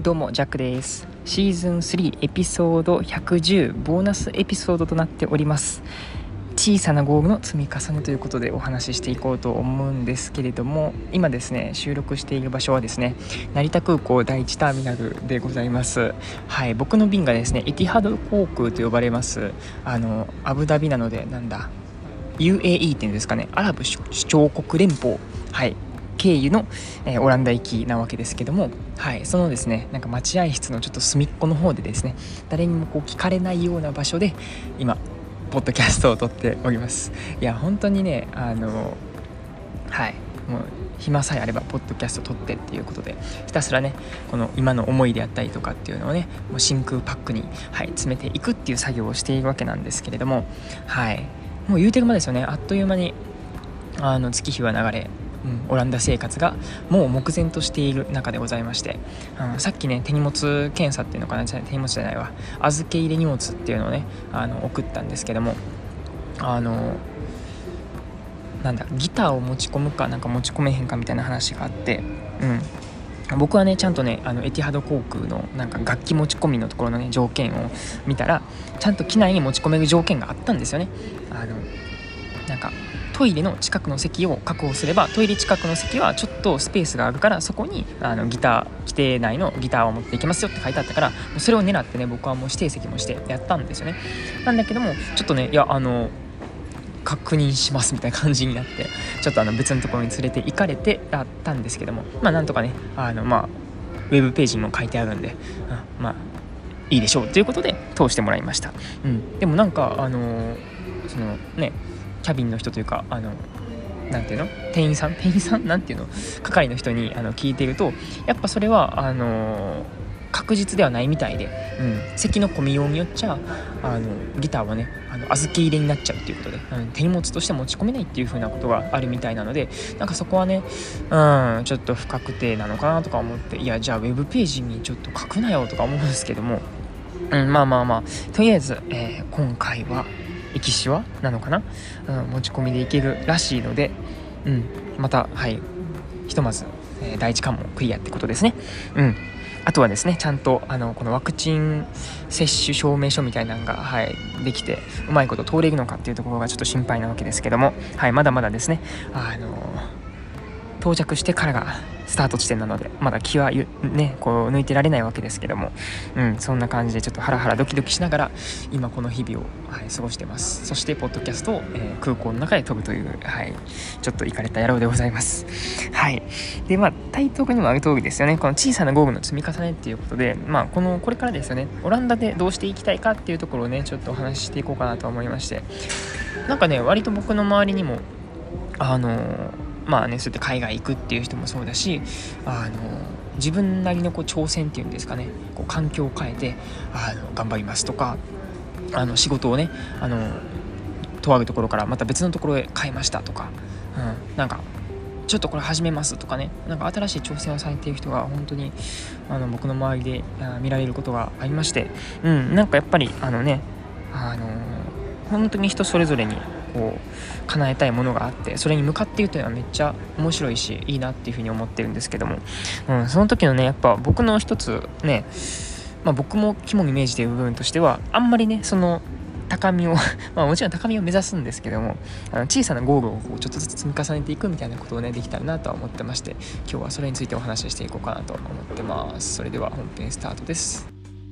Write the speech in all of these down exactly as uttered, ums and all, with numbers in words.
どうもジャックです。シーズンスリーエピソードひゃくじゅうボーナスエピソードとなっております。小さなゴールの積み重ねということでお話ししていこうと思うんですけれども、今ですね収録している場所はですね成田空港第一ターミナルでございます。はい、僕の便がですねエティハド航空と呼ばれますあのアブダビなのでなんだ ユーエーイー っていうんですかね、アラブ首長国連邦はい経由の、えー、オランダ行きなわけですけども、はい、そのですねなんか待合室のちょっと隅っこの方でですね誰にもこう聞かれないような場所で今ポッドキャストを撮っております。いや本当にねあのはいもう暇さえあればポッドキャスト撮ってっていうことでひたすらねこの今の思いであったりとかっていうのをねもう真空パックに、はい、詰めていくっていう作業をしているわけなんですけれども、はいもう言うてる間ですよね。あっという間にあの月日は流れ、うん、オランダ生活がもう目前としている中でございまして、うん、さっきね手荷物検査っていうのかな手荷物じゃないわ預け入れ荷物っていうのをねあの送ったんですけども、あのなんだギターを持ち込むかなんか持ち込めへんかみたいな話があって、うん、僕はねちゃんとねあのエティハド航空のなんか楽器持ち込みのところのね条件を見たらちゃんと機内に持ち込める条件があったんですよね。あのなんかトイレの近くの席を確保すればトイレ近くの席はちょっとスペースがあるからそこにあのギター規定内のギターを持っていきますよって書いてあったから、それを狙ってね僕はもう指定席もしてやったんですよね。なんだけどもちょっとねいやあの確認しますみたいな感じになってちょっとあの別のところに連れて行かれてやったんですけども、まあなんとかねあのまあウェブページにも書いてあるんで、うん、まあいいでしょうということで通してもらいました。うん、でもなんかあのー、そのねキャビンの人というかあのなんていうの店員さん店員さんなんていうの係の人にあの聞いているとやっぱそれはあの確実ではないみたいで、うん、席の混みようによっちゃあのギターはねあの預け入れになっちゃうっていうことで、うん、手荷物として持ち込めないっていう風なことがあるみたいなので、なんかそこはね、うん、ちょっと不確定なのかなとか思って、いやじゃあウェブページにちょっと書くなよとか思うんですけども、うん、まあまあまあとりあえず、えー、今回は駅シワなのかな、うん、持ち込みでいけるらしいので、うん、またはいひとまず、えー、第一関門クリアってことですね。うん、あとはですねちゃんとあのこのワクチン接種証明書みたいなのが、はい、できてうまいこと通れるのかっていうところがちょっと心配なわけですけども、はい、まだまだですねあの到着してからがスタート地点なのでまだ気はねこう抜いてられないわけですけども、うん、そんな感じでちょっとハラハラドキドキしながら今この日々を、はい、過ごしてます。そしてポッドキャストを、えー、空港の中で飛ぶという、はい、ちょっとイカれた野郎でございます。はいでまあタイトルにもある通りですよね、この小さなゴールの積み重ねっていうことで、まあこのこれからですよねオランダでどうしていきたいかっていうところをねちょっとお話ししていこうかなと思いまして、なんかね割と僕の周りにもあのーまあね、そうやって海外行くっていう人もそうだし、あの自分なりのこう挑戦っていうんですかね、こう環境を変えてあの頑張りますとか、あの仕事をねあのとあるところからまた別のところへ変えましたとか、うん、なんかちょっとこれ始めますとかね、なんか新しい挑戦をされている人が本当にあの僕の周りで見られることがありまして、うん、なんかやっぱりあのねあの本当に人それぞれにこう叶えたいものがあってそれに向かっているというのはめっちゃ面白いしいいなっていうふうに思ってるんですけども、うん、その時のねやっぱ僕の一つね、まあ、僕も肝に銘じている部分としてはあんまりねその高みをまあもちろん高みを目指すんですけども、あの小さなゴールをこうちょっとずつ積み重ねていくみたいなことをねできたらなとは思ってまして、今日はそれについてお話ししていこうかなと思ってます。それでは本編スタートです。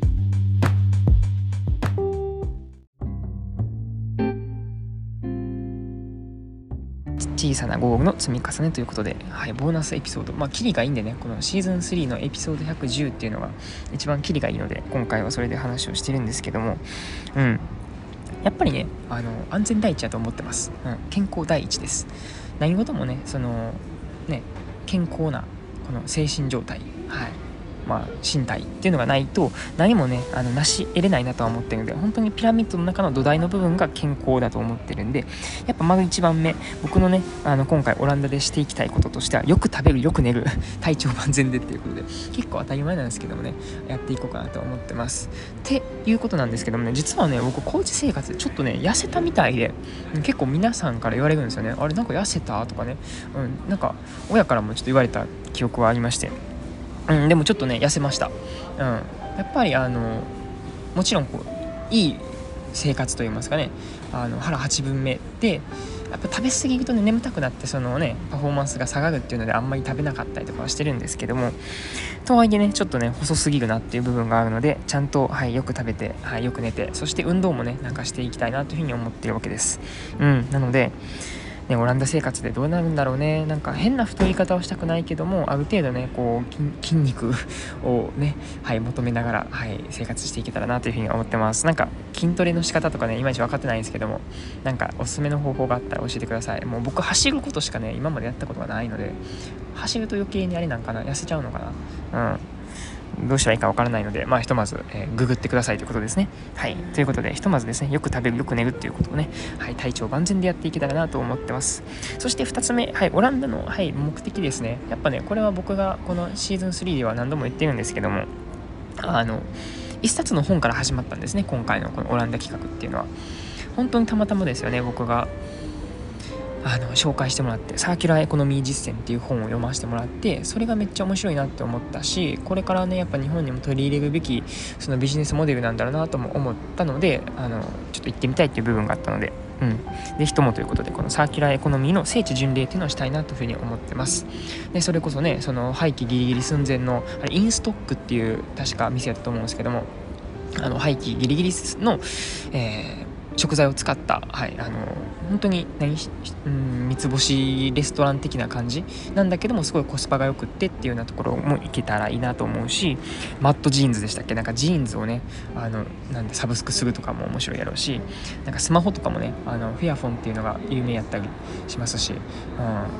小さなゴールの積み重ねということで、はい、ボーナスエピソード、まあキリがいいんでねこのシーズンスリーのエピソードひゃくじゅうっていうのが一番キリがいいので今回はそれで話をしてるんですけども、うんやっぱりねあの安全第一だと思ってます、うん、健康第一です。何事もねそのね健康なこの精神状態、はいまあ、身体っていうのがないと何もねあの成し得れないなとは思ってるので、本当にピラミッドの中の土台の部分が健康だと思ってるんで、やっぱまず一番目僕のねあの今回オランダでしていきたいこととしてはよく食べるよく寝る体調万全でっていうことで結構当たり前なんですけどもねやっていこうかなと思ってますっていうことなんですけどもね、実はね僕高知生活でちょっとね痩せたみたいで結構皆さんから言われるんですよね。あれなんか痩せたとかね、うん、なんか親からもちょっと言われた記憶はありまして、うん、でもちょっとね痩せました。 うん、やっぱりあのもちろんこういい生活といいますかね、あの腹はちぶんめでやっぱ食べ過ぎるとね眠たくなってそのねパフォーマンスが下がるっていうのであんまり食べなかったりとかはしてるんですけども、とはいえねちょっとね細すぎるなっていう部分があるのでちゃんと、はい、よく食べて、はい、よく寝て、そして運動もねなんかしていきたいなというふうに思っているわけです。うんなのでね、オランダ生活でどうなるんだろうね。なんか変な太り方をしたくないけども、ある程度ねこう筋肉をね、はい、求めながら、はい、生活していけたらなというふうに思ってます。なんか筋トレの仕方とかねいまいち分かってないんですけども、なんかおすすめの方法があったら教えてください。もう僕走ることしかね今までやったことがないので、走ると余計にあれなんかな、痩せちゃうのかな、うんどうしたらいいかわからないので、まあ、ひとまず、えー、ググってくださいということですね。はい。ということで、ひとまずですね、よく食べる、よく寝るっていうことをね、はい、体調万全でやっていけたらなと思ってます。そしてふたつめ、はい、オランダの、はい、目的ですね。やっぱね、これは僕がこのシーズンスリーでは何度も言ってるんですけども、あの、一冊の本から始まったんですね、今回のこのオランダ企画っていうのは。本当にたまたまですよね、僕が。あの紹介してもらってサーキュラーエコノミー実践っていう本を読ませてもらって、それがめっちゃ面白いなって思ったし、これからねやっぱ日本にも取り入れるべきそのビジネスモデルなんだろうなとも思ったので、あのちょっと行ってみたいっていう部分があったので、うん、で人もということでこのサーキュラーエコノミーの聖地巡礼っていうのをしたいなというふうに思ってます。でそれこそねその廃棄ギリギリ寸前のあれインストックっていう確か店だったと思うんですけども、あの廃棄ギリギリの、えー食材を使った、はい、あの本当に何、うん、三つ星レストラン的な感じなんだけどもすごいコスパがよくってっていうようなところも行けたらいいなと思うし、マットジーンズでしたっけ、なんかジーンズをねあのなんでサブスクするとかも面白いやろうし、なんかスマホとかもねあのフェアフォンっていうのが有名やったりしますし、うん、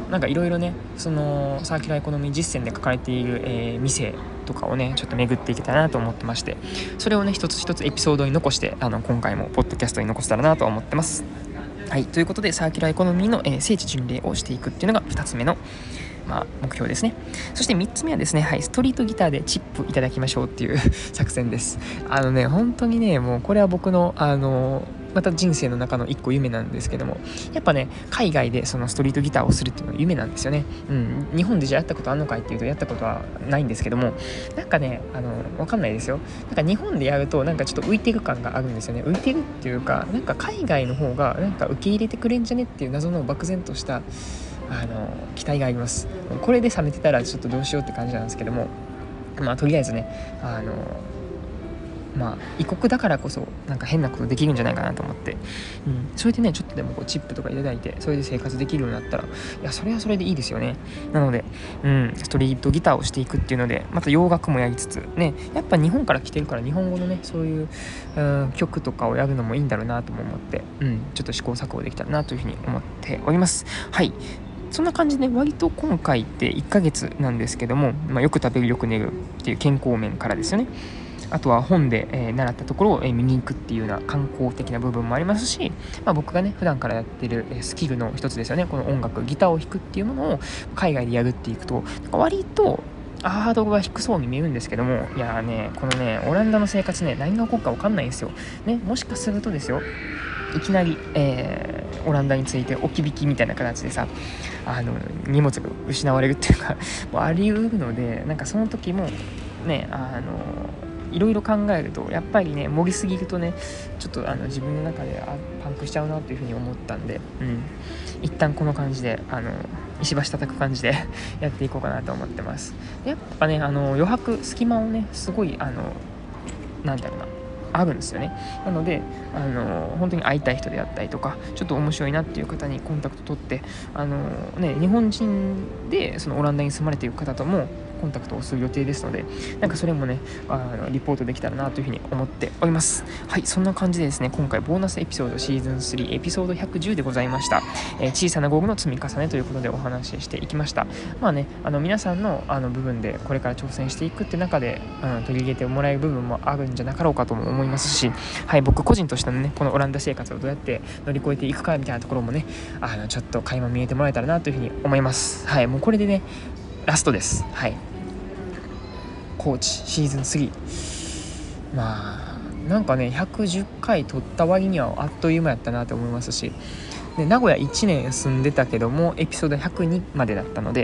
なんかいろいろねそのサーキュラーエコノミー実践で書かれている、えー、店とかをねちょっと巡っていけたらなと思ってまして、それをね一つ一つエピソードに残してあの今回もポッドキャストに残せたらなと思ってます。はい、ということでサーキュラーエコノミーの、えー、聖地巡礼をしていくっていうのがふたつめの、まあ、目標ですね。そしてみっつめはですね、はい、ストリートギターでチップいただきましょうっていう作戦です。あのね本当にねもうこれは僕のあのまた人生の中の一個夢なんですけども、やっぱね海外でそのストリートギターをするっていうのは夢なんですよね。うん、日本でじゃあやったことあんのかいっていうとやったことはないんですけども、なんかねあのわかんないですよ。なんか日本でやるとなんかちょっと浮いてる感があるんですよね。浮いてるっていうかなんか海外の方がなんか受け入れてくれんじゃねっていう謎の漠然としたあの期待があります。これで冷めてたらちょっとどうしようって感じなんですけども、まあとりあえずねあのまあ異国だからこそなんか変なことできるんじゃないかなと思って、うん、それでねちょっとでもこうチップとかいただいてそれで生活できるようになったらいやそれはそれでいいですよね。なので、うん、ストリートギターをしていくっていうのでまた洋楽もやりつつね、やっぱ日本から来てるから日本語のねそういう、うん、曲とかをやるのもいいんだろうなとも思って、うん、ちょっと試行錯誤できたらなというふうに思っております。はい、そんな感じで割と今回っていっかげつなんですけども、まあ、よく食べるよく寝るっていう健康面からですよね、あとは本で、えー、習ったところを、えー、見に行くっていうような観光的な部分もありますし、まあ、僕がね普段からやってる、えー、スキルの一つですよね。この音楽ギターを弾くっていうものを海外でやるっていくと割とハードルが低そうに見えるんですけども、いやーねこのねオランダの生活ね何が起こるか分かんないんですよね。もしかするとですよいきなり、えー、オランダについて置き引きみたいな形でさあの荷物が失われるっていうかもうあり得るので、なんかその時もねあのいろいろ考えるとやっぱりね盛りすぎるとねちょっとあの自分の中であパンクしちゃうなというふうに思ったんで、うん、一旦この感じであの石橋叩く感じでやっていこうかなと思ってます。やっぱねあの余白隙間をねすごいあのなんだろうなあるんですよね。なのであの本当に会いたい人であったりとかちょっと面白いなっていう方にコンタクト取ってあの、ね、日本人でそのオランダに住まれている方ともコンタクトをする予定ですので、なんかそれもねあのリポートできたらなというふうに思っております。はい、そんな感じでですね今回ボーナスエピソードシーズンスリーエピソードひゃくじゅうでございました。えー、小さなゴーグの積み重ねということでお話ししていきました。まあねあの皆さんのあの部分でこれから挑戦していくって中で、うん、取り入れてもらえる部分もあるんじゃなかろうかとも思いますし、はい、僕個人としてのねこのオランダ生活をどうやって乗り越えていくかみたいなところもねあのちょっと垣間見えてもらえたらなというふうに思います。はい、もうこれでねラストです。はい、コーチシーズンスリー、まあなんかねひゃくじゅっかい撮った割にはあっという間やったなと思いますし、で名古屋いちねん住んでたけどもエピソードひゃくにまでだったので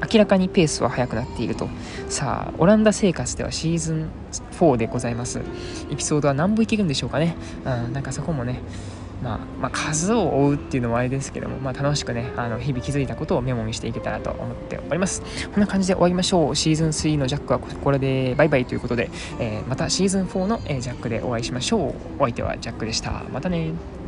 明らかにペースは速くなっていると。さあオランダ生活ではシーズンフォーでございます。エピソードは何本いけるんでしょうかね。うん、なんかそこもね、まあ、まあ数を追うっていうのもあれですけども、まあ、楽しくねあの日々気づいたことをメモにしていけたらと思っております。こんな感じで終わりましょう。シーズンスリーのジャックはこれでバイバイということで、えー、またシーズンフォーのジャックでお会いしましょう。お相手はジャックでした。またね。